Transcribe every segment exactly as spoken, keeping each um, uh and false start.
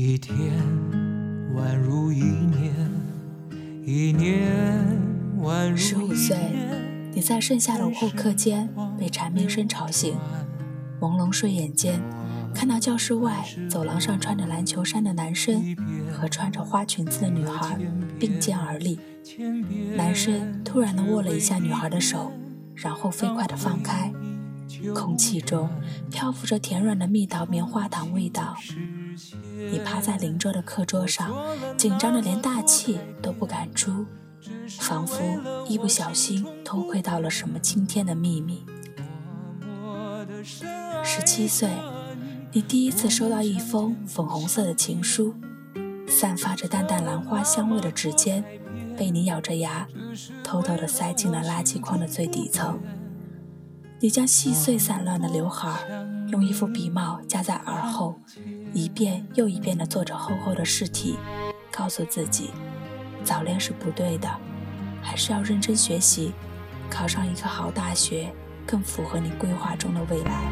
一天宛如一年，一年宛如十五岁，你在盛夏的后课间被蝉鸣声吵醒，朦胧睡眼间，看到教室外走廊上穿着篮球衫的男生和穿着花裙子的女孩并肩而立。男生突然地握了一下女孩的手，然后飞快地放开，空气中漂浮着甜软的蜜桃棉花糖味道。你趴在邻桌的课桌上，紧张的连大气都不敢出，仿佛一不小心偷窥到了什么惊天的秘密。十七岁，你第一次收到一封粉红色的情书，散发着淡淡兰花香味的纸尖被你咬着牙偷偷地塞进了垃圾筐的最底层。你将细碎散乱的刘海用一副笔帽夹在耳后，一遍又一遍地做着厚厚的试题，告诉自己早恋是不对的，还是要认真学习，考上一个好大学，更符合你规划中的未来。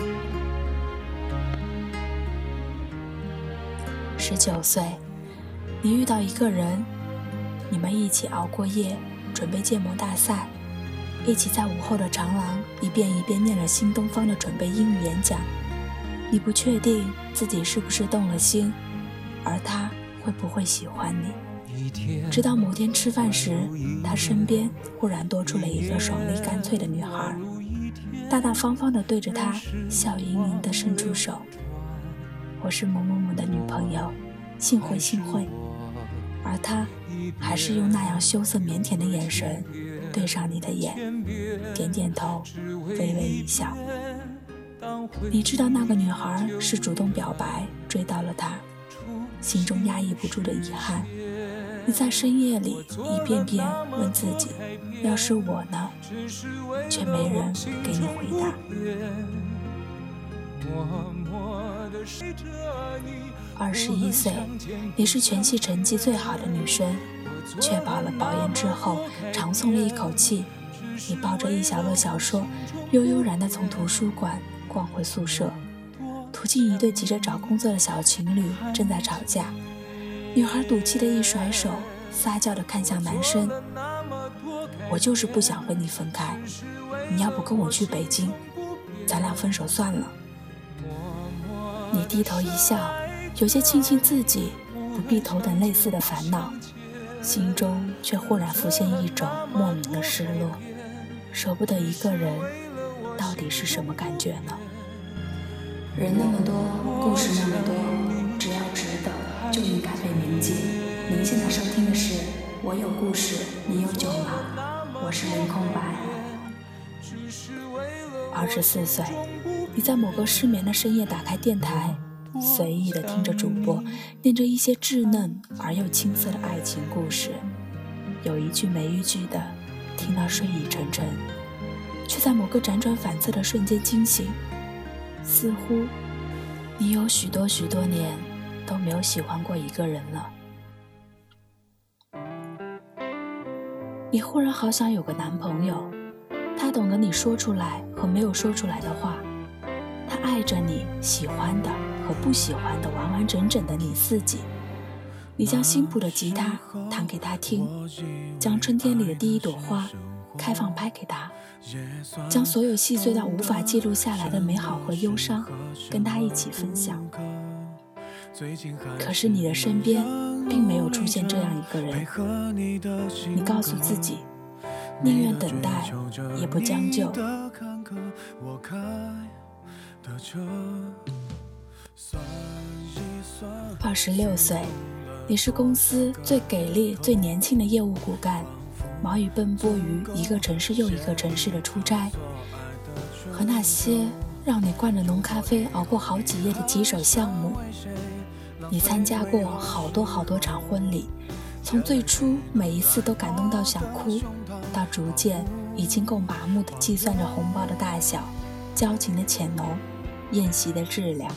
十九岁，你遇到一个人，你们一起熬过夜，准备建模大赛，一起在午后的长廊一遍一遍念了新东方的准备英语演讲。你不确定自己是不是动了心，而他会不会喜欢你，直到某天吃饭时，他身边忽然多出了一个爽利干脆的女孩，大大方方地对着他笑盈盈地伸出手，我是某某某的女朋友，幸会幸会。而他还是用那样羞涩腼腆的眼神对上你的眼，点点头，微微一笑。你知道那个女孩是主动表白追到了他，心中压抑不住的遗憾。你在深夜里一遍遍问自己，要是我呢？却没人给你回答。二十一岁，你是全系成绩最好的女生，确保了保研之后，长松了一口气。你抱着一小摞小说，悠悠然地从图书馆逛回宿舍，途径一对急着找工作的小情侣正在吵架。女孩赌气的一甩手，撒娇地看向男生，我就是不想和你分开，你要不跟我去北京，咱俩分手算了。你低头一笑，有些庆幸自己不必头等类似的烦恼，心中却忽然浮现一种莫名的失落。舍不得一个人，到底是什么感觉呢？ 人那么多，故事那么多，只要值得，就应该被铭记。您现在收听的是《我有故事，你有酒吗》，我是林空白。 二十四岁，你在某个失眠的深夜打开电台，随意地听着主播念着一些稚嫩而又青涩的爱情故事，有一句没一句的听到睡意沉沉，却在某个辗转反侧的瞬间惊醒，似乎你有许多许多年都没有喜欢过一个人了。你忽然好想有个男朋友，他懂得你说出来和没有说出来的话，他爱着你喜欢的和不喜欢的完完整整的你自己。你将新谱的吉他弹给他听，将春天里的第一朵花开放拍给他，将所有细碎到无法记录下来的美好和忧伤跟他一起分享。可是你的身边并没有出现这样一个人，你告诉自己，宁愿等待也不将就。二十六岁，你是公司最给力最年轻的业务骨干，忙于奔波于一个城市又一个城市的出差，和那些让你灌着浓咖啡熬过好几夜的棘手项目。你参加过好多好多场婚礼，从最初每一次都感动到想哭，到逐渐已经够麻木地计算着红包的大小，交情的浅浓，宴席的质量。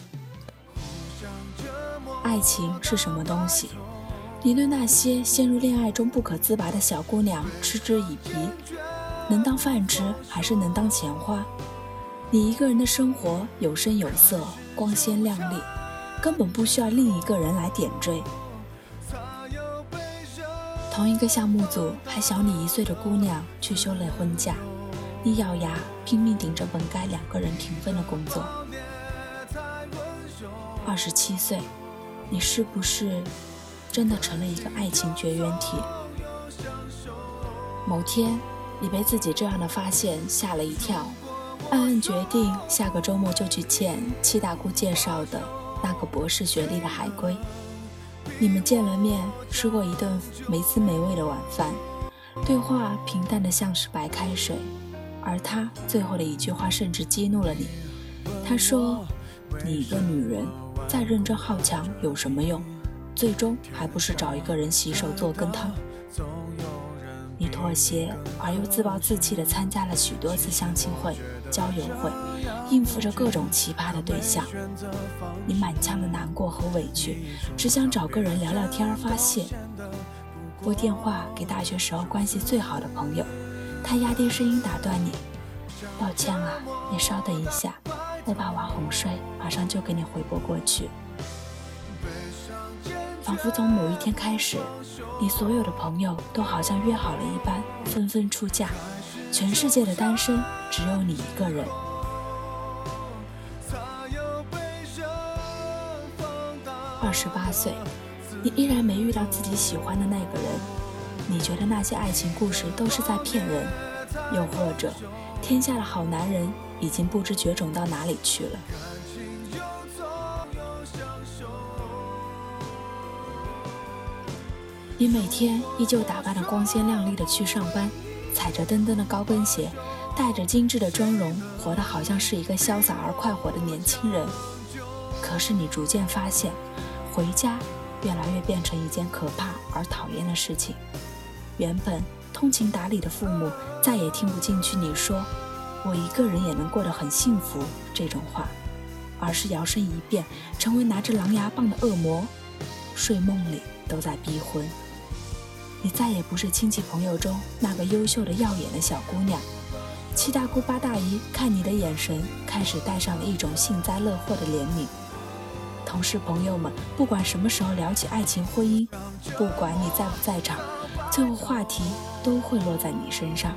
爱情是什么东西？你对那些陷入恋爱中不可自拔的小姑娘嗤之以鼻，能当饭吃还是能当钱花？你一个人的生活有声有色，光鲜亮丽， 根本不需要另一个人来点缀。同一个项目组还小你一岁的姑娘去休了婚假，你咬牙拼命顶着本该两个人平分的工作。二十七岁，你是不是真的成了一个爱情绝缘体？某天，你被自己这样的发现吓了一跳，暗暗决定下个周末就去见七大姑介绍的那个博士学历的海归。你们见了面，吃过一顿没滋没味的晚饭，对话平淡的像是白开水，而他最后的一句话甚至激怒了你。他说，你一个女人再认真好强有什么用，最终还不是找一个人洗手做羹汤。你妥协而又自暴自弃地参加了许多次相亲会、交友会，应付着各种奇葩的对象。你满腔的难过和委屈，只想找个人聊聊天而发泄。拨电话给大学时候关系最好的朋友，他压低声音打断你：抱歉啊，你稍等一下，我把娃哄睡，马上就给你回拨过去。仿佛从某一天开始，你所有的朋友都好像约好了一般，纷纷出嫁，全世界的单身只有你一个人。二十八岁，你依然没遇到自己喜欢的那个人，你觉得那些爱情故事都是在骗人，又或者天下的好男人已经不知绝种到哪里去了。你每天依旧打扮得光鲜亮丽的去上班，踩着蹬蹬的高跟鞋，带着精致的妆容，活得好像是一个潇洒而快活的年轻人。可是你逐渐发现，回家越来越变成一件可怕而讨厌的事情。原本通情达理的父母再也听不进去你说我一个人也能过得很幸福这种话，而是摇身一变成为拿着狼牙棒的恶魔，睡梦里都在逼婚。你再也不是亲戚朋友中那个优秀的耀眼的小姑娘，七大姑八大姨看你的眼神开始带上了一种幸灾乐祸的怜悯。同事朋友们不管什么时候聊起爱情婚姻，不管你在不在场，最后话题都会落在你身上。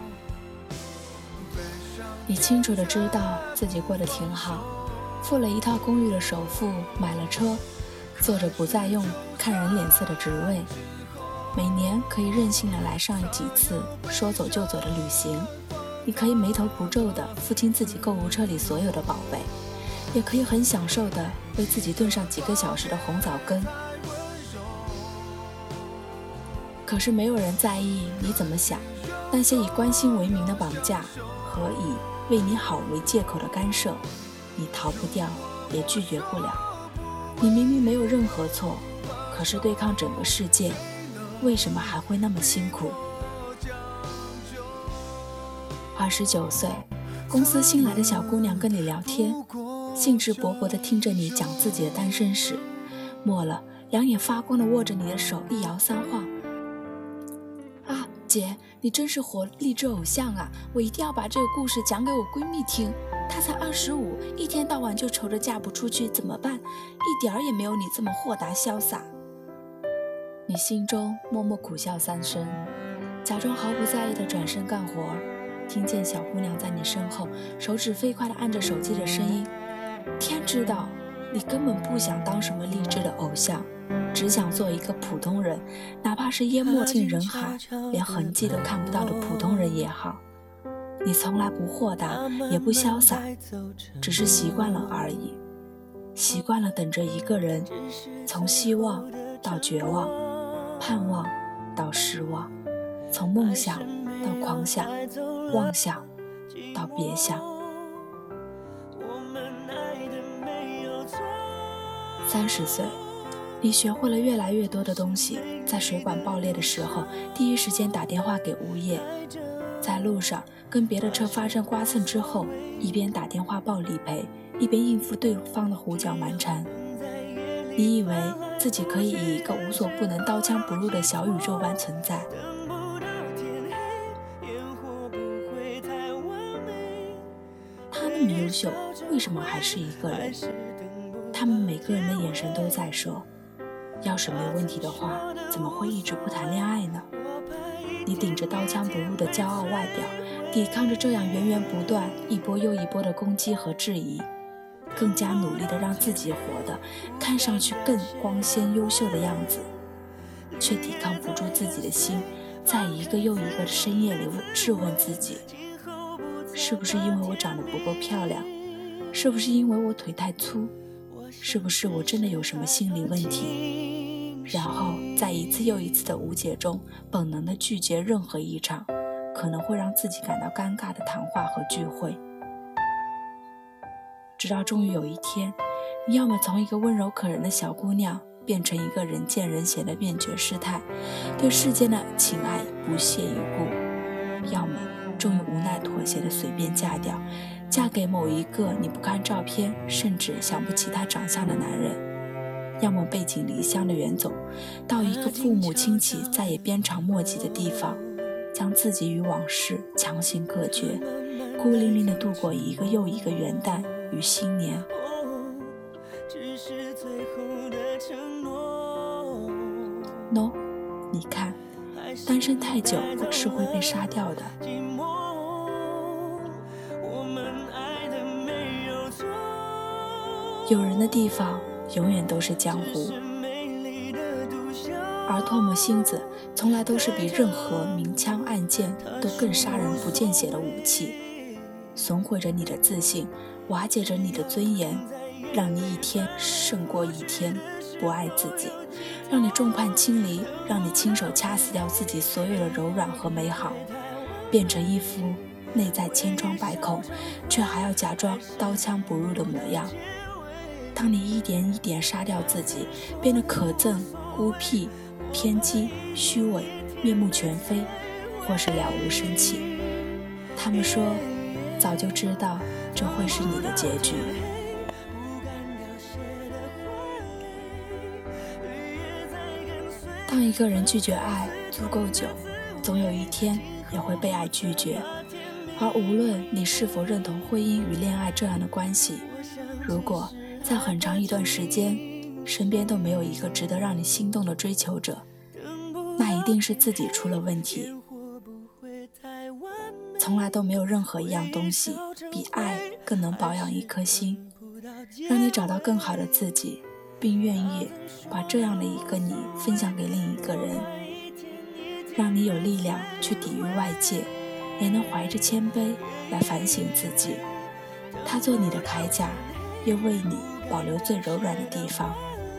你清楚地知道自己过得挺好，付了一套公寓的首付，买了车，做着不再用看人脸色的职位，每年可以任性的来上几次说走就走的旅行，你可以眉头不皱的付清自己购物车里所有的宝贝，也可以很享受的为自己炖上几个小时的红枣羹。可是没有人在意你怎么想，那些以关心为名的绑架和以为你好为借口的干涉，你逃不掉也拒绝不了。你明明没有任何错，可是对抗整个世界，为什么还会那么辛苦？二十九岁，公司新来的小姑娘跟你聊天，兴致勃勃地听着你讲自己的单身史，末了两眼发光地握着你的手一摇三晃。啊，姐，你真是活励志偶像啊，我一定要把这个故事讲给我闺蜜听，她才二十五，一天到晚就愁着嫁不出去怎么办，一点儿也没有你这么豁达潇洒。你心中默默苦笑三声，假装毫不在意地转身干活，听见小姑娘在你身后手指飞快地按着手机的声音。天知道你根本不想当什么励志的偶像，只想做一个普通人，哪怕是淹没进人海连痕迹都看不到的普通人也好。你从来不豁达也不潇洒，只是习惯了而已，习惯了等着一个人，从希望到绝望，盼望到失望，从梦想到狂想，妄想到别想。三十岁，你学会了越来越多的东西，在水管爆裂的时候第一时间打电话给物业，在路上跟别的车发生刮蹭之后，一边打电话报理赔，一边应付对方的胡搅蛮缠。你以为自己可以以一个无所不能刀枪不入的小宇宙般存在，他那么优秀，为什么还是一个人？ 他们每个人的眼神都在说，要是没问题的话，怎么会一直不谈恋爱呢？你顶着刀枪不入的骄傲外表，抵抗着这样源源不断一波又一波的攻击和质疑，更加努力地让自己活得看上去更光鲜优秀的样子，却抵抗不住自己的心在一个又一个的深夜里质问自己，是不是因为我长得不够漂亮？是不是因为我腿太粗？是不是我真的有什么心理问题？然后在一次又一次的无解中，本能地拒绝任何一场可能会让自己感到尴尬的谈话和聚会。直到终于有一天，你要么从一个温柔可人的小姑娘变成一个人见人嫌的变绝师太，对世间的情爱不屑一顾，要么终于无奈妥协的随便嫁掉，嫁给某一个你不看照片甚至想不起他长相的男人，要么背井离乡的远走到一个父母亲戚再也鞭长莫及的地方，将自己与往事强行隔绝，孤零零地度过一个又一个元旦与新年。喏，你看，单身太久是会被杀掉的。有人的地方永远都是江湖，而唾沫星子从来都是比任何明枪暗箭都更杀人不见血的武器，损毁着你的自信，瓦解着你的尊严，让你一天胜过一天不爱自己，让你众叛亲离，让你亲手掐死掉自己所有的柔软和美好，变成一副内在千疮百孔却还要假装刀枪不入的模样。当你一点一点杀掉自己，变得可憎、孤僻、偏激、虚伪、面目全非，或是了无生气，他们说早就知道这会是你的结局。当一个人拒绝爱足够久，总有一天也会被爱拒绝。而无论你是否认同婚姻与恋爱这样的关系，如果在很长一段时间身边都没有一个值得让你心动的追求者，那一定是自己出了问题。从来都没有任何一样东西比爱更能保养一颗心，让你找到更好的自己，并愿意把这样的一个你分享给另一个人，让你有力量去抵御外界，也能怀着谦卑来反省自己。他做你的铠甲，又为你保留最柔软的地方。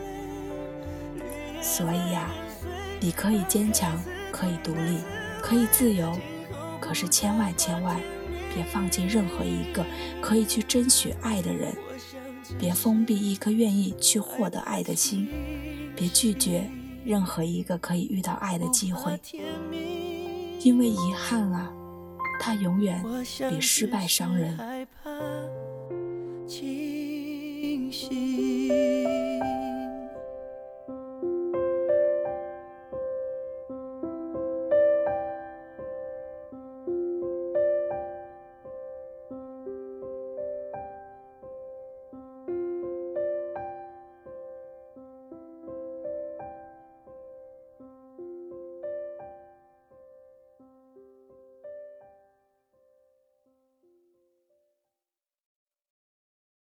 所以啊，你可以坚强，可以独立，可以自由，可是千万千万别放弃任何一个可以去争取爱的人，别封闭一颗愿意去获得爱的心，别拒绝任何一个可以遇到爱的机会，因为遗憾啊，它永远比失败伤人。清晰。